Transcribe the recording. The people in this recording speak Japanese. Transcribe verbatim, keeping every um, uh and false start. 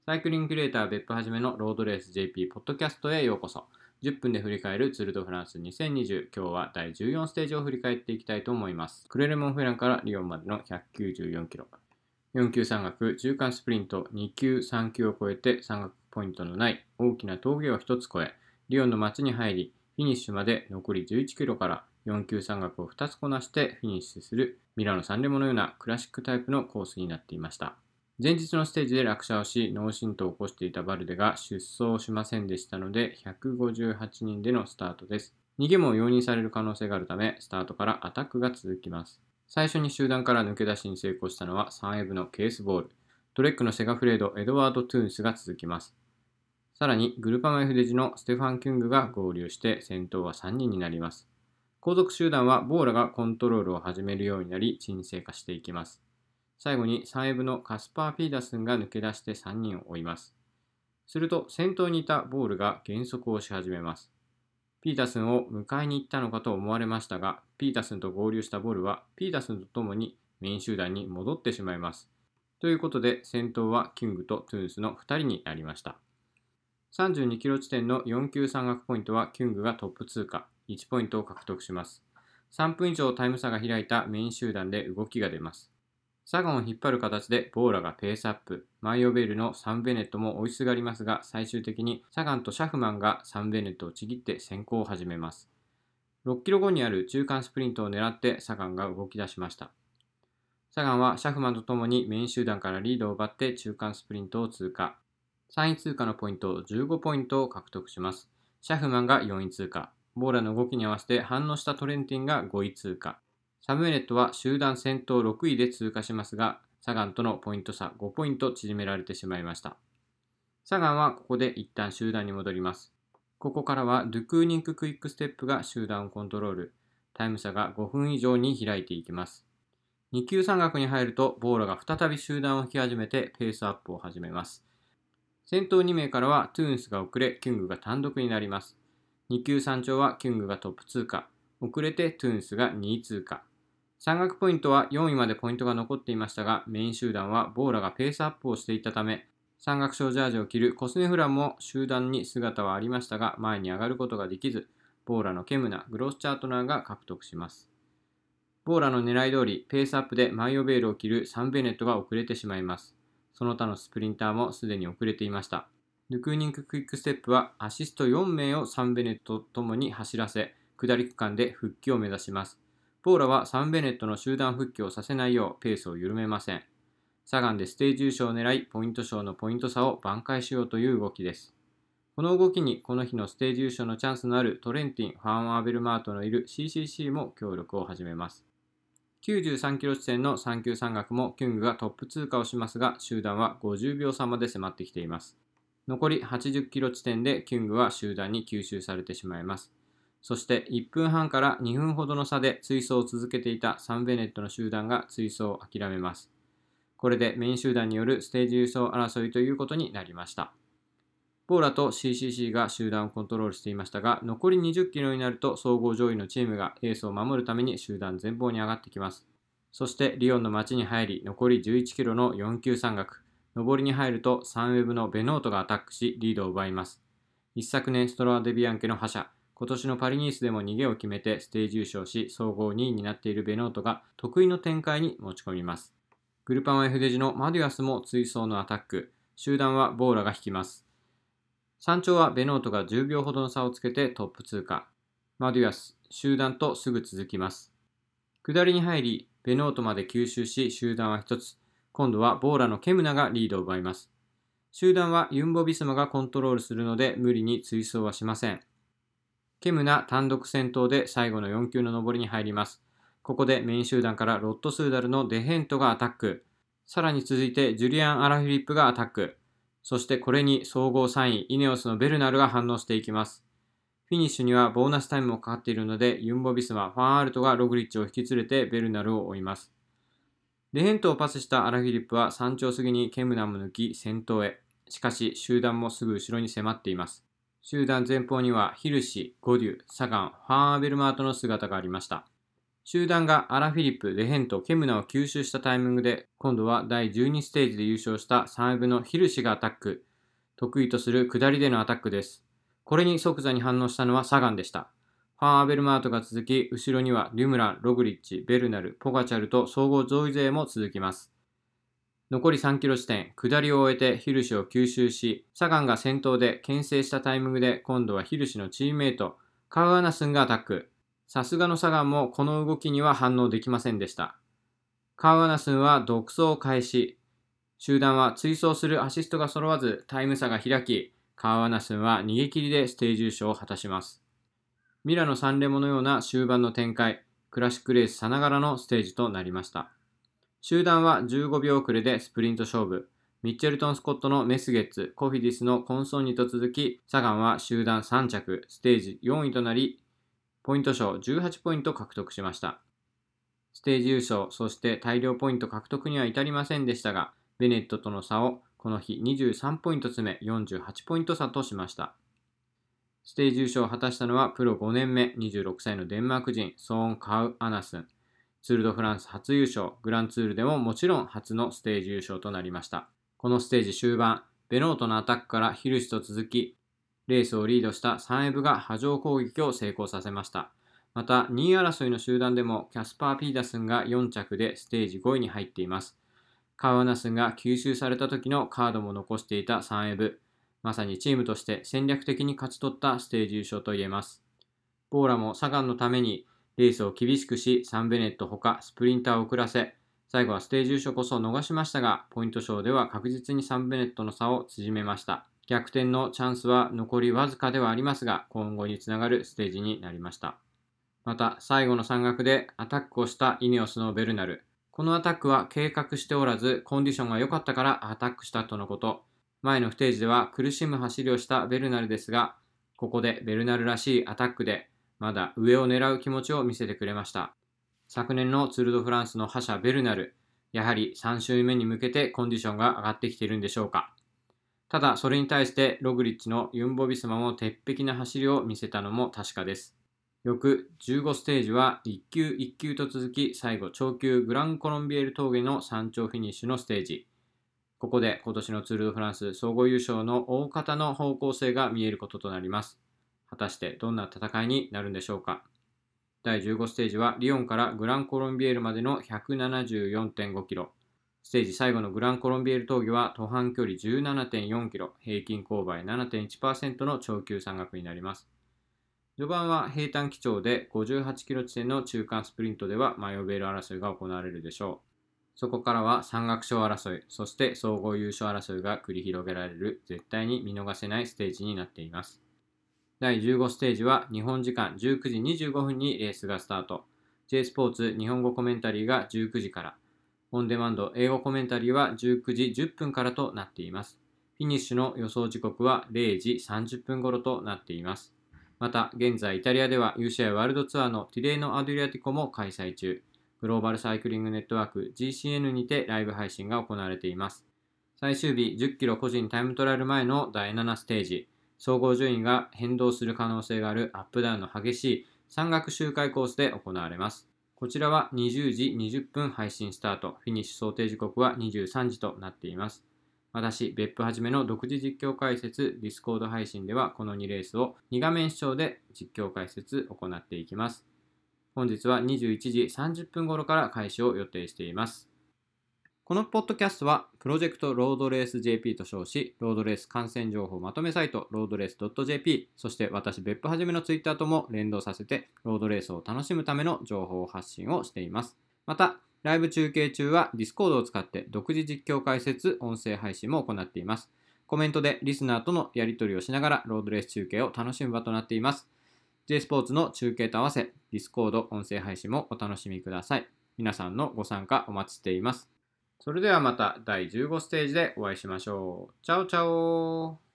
サイクリングキュレーター別府はじめのロードレース ジェーピー ポッドキャストへようこそ。じゅっぷんで振り返るツールドフランスにせんにじゅう。今日はだいじゅうよんステージを振り返っていきたいと思います。クレレモンフェランからリヨンまでのひゃくきゅうじゅうよんキロ。よん級山岳、中間スプリント、に級、さん級を超えて山岳ポイントのない大きな峠をひとつ越え、リヨンの街に入り、フィニッシュまで残りじゅういちキロからよん級山岳をふたつこなしてフィニッシュするミラノサンレモのようなクラシックタイプのコースになっていました。前日のステージで落車をし、脳震盪を起こしていたバルデが出走しませんでしたので、ひゃくごじゅうはちにんでのスタートです。逃げも容認される可能性があるため、スタートからアタックが続きます。最初に集団から抜け出しに成功したのはサンエブのケースボール。トレックのセガフレード、エドワード・トゥーンスが続きます。さらに、グルパマ F デジのステファン・キュングが合流して先頭はさんにんになります。後続集団はボーラがコントロールを始めるようになり、沈静化していきます。最後にサンエブのカスパー・ピーダスンが抜け出してさんにんを追います。すると先頭にいたボールが減速をし始めます。ピータスンを迎えに行ったのかと思われましたが、ピータスンと合流したボールはピータスンと共にメイン集団に戻ってしまいます。ということで先頭はキングとトゥーンスのふたりになりました。さんじゅうにキロ地点のよん級山岳ポイントはキュングがトップ通過、いちポイントを獲得します。さんぷん以上タイム差が開いたメイン集団で動きが出ます。サガンを引っ張る形でボーラがペースアップ、マイオベールのサンベネットも追いすがりますが、最終的にサガンとシャフマンがサンベネットをちぎって先行を始めます。ろっキロごにある中間スプリントを狙ってサガンが動き出しました。サガンはシャフマンとともにメイン集団からリードを奪って中間スプリントを通過。さんい通過のポイントじゅうごポイントを獲得します。シャフマンがよんい通過。ボーラの動きに合わせて反応したトレンティンがごい通過。サムエネットは集団先頭ろくいで通過しますが、サガンとのポイント差ごポイント縮められてしまいました。サガンはここで一旦集団に戻ります。ここからはドゥクーニンククイックステップが集団をコントロール。タイム差がごふん以上に開いていきます。に級山岳に入るとボーラが再び集団を引き始めてペースアップを始めます。先頭に名からはトゥーンスが遅れ、キュングが単独になります。に級山頂はキュングがトップ通過。遅れてトゥーンスがにい通過。山岳ポイントはよんいまでポイントが残っていましたが、メイン集団はボーラがペースアップをしていたため、山岳賞ジャージを着るコスネフランも集団に姿はありましたが、前に上がることができず、ボーラのケムナ、グロスチャートナーが獲得します。ボーラの狙い通り、ペースアップでマイオベールを着るサンベネットが遅れてしまいます。その他のスプリンターもすでに遅れていました。ルクーニングクイックステップはアシストよん名をサンベネットとともに走らせ、下り区間で復帰を目指します。ボーラはサンベネットの集団復帰をさせないようペースを緩めません。サガンでステージ優勝を狙い、ポイント賞のポイント差を挽回しようという動きです。この動きにこの日のステージ優勝のチャンスのあるトレンティン、ファン・アーベルマートのいる シーシーシー も協力を始めます。きゅうじゅうさんキロ地点のさん級山岳もキュングがトップ通過をしますが、集団はごじゅうびょう差まで迫ってきています。残りはちじゅっキロ地点でキュングは集団に吸収されてしまいます。そしていっぷんはんからにふんほどの差で追走を続けていたサンベネットの集団が追走を諦めます。これでメイン集団によるステージ優勝争いということになりました。ボーラと シーシーシー が集団をコントロールしていましたが、残りにじゅっキロになると総合上位のチームがエースを守るために集団前方に上がってきます。そしてリヨンの街に入り、残りじゅういちキロのよん級山岳。上りに入るとサンウェブのベノートがアタックしリードを奪います。一昨年ストラデビアンケの覇者、今年のパリニースでも逃げを決めてステージ優勝し、総合にいになっているベノートが得意の展開に持ち込みます。グルパマ F デジのマデュアスも追走のアタック。集団はボーラが引きます。山頂はベノートがじゅうびょうほどの差をつけてトップ通過。マデュアス、集団とすぐ続きます。下りに入り、ベノートまで吸収し、集団はひとつ。今度はボーラのケムナがリードを奪います。集団はユンボビスマがコントロールするので無理に追走はしません。ケムナ単独先頭で最後のよん級の上りに入ります。ここでメイン集団からロットスーダルのデヘントがアタック。さらに続いてジュリアン・アラフィリップがアタック。そしてこれに総合さんいイネオスのベルナルが反応していきます。フィニッシュにはボーナスタイムもかかっているので、ユンボビスマ、ファンアールトがログリッチを引き連れてベルナルを追います。デヘントをパスしたアラフィリップは山頂過ぎにケムナも抜き先頭へ。しかし集団もすぐ後ろに迫っています。集団前方にはヒルシ、ゴデュ、サガン、ファンアーベルマートの姿がありました。 集団がアラ・フィリップ、レヘント、ケムナを吸収したタイミングで、今度はだいじゅうにステージで優勝したさんエブのヒルシがアタック。得意とする下りでのアタックです。これに即座に反応したのはサガンでした。ファン・アベルマートが続き、後ろにはデュムラン、ログリッチ、ベルナル、ポガチャルと総合上位勢も続きます。残りさんキロ地点、下りを終えてヒルシを吸収し、サガンが先頭で牽制したタイミングで今度はヒルシのチームメイト、カウアナスンがアタック。さすがのサガンもこの動きには反応できませんでした。カウアナスンは独走を開始。集団は追走するアシストが揃わずタイム差が開き、カウアナスンは逃げ切りでステージ優勝を果たします。ミラノサンレモのような終盤の展開、クラシックレースさながらのステージとなりました。集団はじゅうごびょう遅れでスプリント勝負。ミッチェルトン・スコットのメスゲッツ、コフィディスのコンソンニと続き、サガンは集団さん着、ステージよんいとなり、ポイント賞じゅうはちポイント獲得しました。ステージ優勝、そして大量ポイント獲得には至りませんでしたが、ベネットとの差をこの日にじゅうさんポイント詰め、よんじゅうはちポイント差としました。ステージ優勝を果たしたのはプロごねんめ、にじゅうろくさいのデンマーク人、ソーン・カウアナスン。ツール・ド・フランス初優勝、グランツールでももちろん初のステージ優勝となりました。このステージ終盤、ベノートのアタックからヒルシと続き、レースをリードしたサンエブが波状攻撃を成功させました。また、にい争いの集団でもキャスパー・ピーダスンがよん着でステージごいに入っています。カウアナスンが吸収された時のカードも残していたサンエブ。まさにチームとして戦略的に勝ち取ったステージ優勝と言えます。ボーラもサガンのためにレースを厳しくし、サンベネットほかスプリンターを遅らせ、最後はステージ優勝こそ逃しましたが、ポイント賞では確実にサンベネットの差を縮めました。逆転のチャンスは残りわずかではありますが、今後につながるステージになりました。また、最後の山岳でアタックをしたイネオスのベルナル。このアタックは計画しておらず、コンディションが良かったからアタックしたとのこと。前のステージでは苦しむ走りをしたベルナルですが、ここでベルナルらしいアタックで、まだ上を狙う気持ちを見せてくれました。昨年のツール・ド・フランスの覇者ベルナル、やはりさん週目に向けてコンディションが上がってきているんでしょうか。ただ、それに対してログリッチのユンボ・ビスマも鉄壁な走りを見せたのも確かです。翌じゅうごステージはいっ級いっ級と続き、最後長級グランコロンビエル峠の山頂フィニッシュのステージ。ここで今年のツール・ド・フランス総合優勝の大方の方向性が見えることとなります。果たしてどんな戦いになるんでしょうか。だいじゅうごステージはリヨンからグランコロンビエルまでの ひゃくななじゅうよんてんごキロ。ステージ最後のグランコロンビエル峠は途半距離 じゅうななてんよんキロ、平均勾配 ななてんいちパーセント の長級山岳になります。序盤は平坦基調でごじゅうはちキロ地点の中間スプリントではマヨベール争いが行われるでしょう。そこからは山岳賞争い、そして総合優勝争いが繰り広げられる絶対に見逃せないステージになっています。だいじゅうごステージは日本時間じゅうくじにじゅうごふんにレースがスタート。J スポーツ日本語コメンタリーがじゅうくじから。オンデマンド英語コメンタリーはじゅうくじじゅっぷんからとなっています。フィニッシュの予想時刻はれいじさんじゅっぷん頃となっています。また、現在イタリアでは ユーシーアイ ワールドツアーのティレーノ・アドリアティコも開催中。グローバルサイクリングネットワーク ジーシーエヌ にてライブ配信が行われています。最終日じゅっキロ個人タイムトライアル前のだいななステージ。総合順位が変動する可能性があるアップダウンの激しい山岳周回コースで行われます。こちらはにじゅうじにじゅっぷん配信スタート。フィニッシュ想定時刻はにじゅうさんじとなっています。私、別府はじめの独自実況解説、ディスコード配信ではこのにレースをに画面視聴で実況解説行っていきます。本日はにじゅういちじさんじゅっぷん頃から開始を予定しています。このポッドキャストはプロジェクトロードレース ジェーピー と称し、ロードレース観戦情報まとめサイトロードレース .jp、そして私別府はじめのツイッターとも連動させてロードレースを楽しむための情報発信をしています。また、ライブ中継中は Discord を使って独自実況解説、音声配信も行っています。コメントでリスナーとのやり取りをしながらロードレース中継を楽しむ場となっています。J スポーツの中継と合わせ、Discord 音声配信もお楽しみください。皆さんのご参加お待ちしています。それではまただいじゅうごステージでお会いしましょう。チャオチャオ。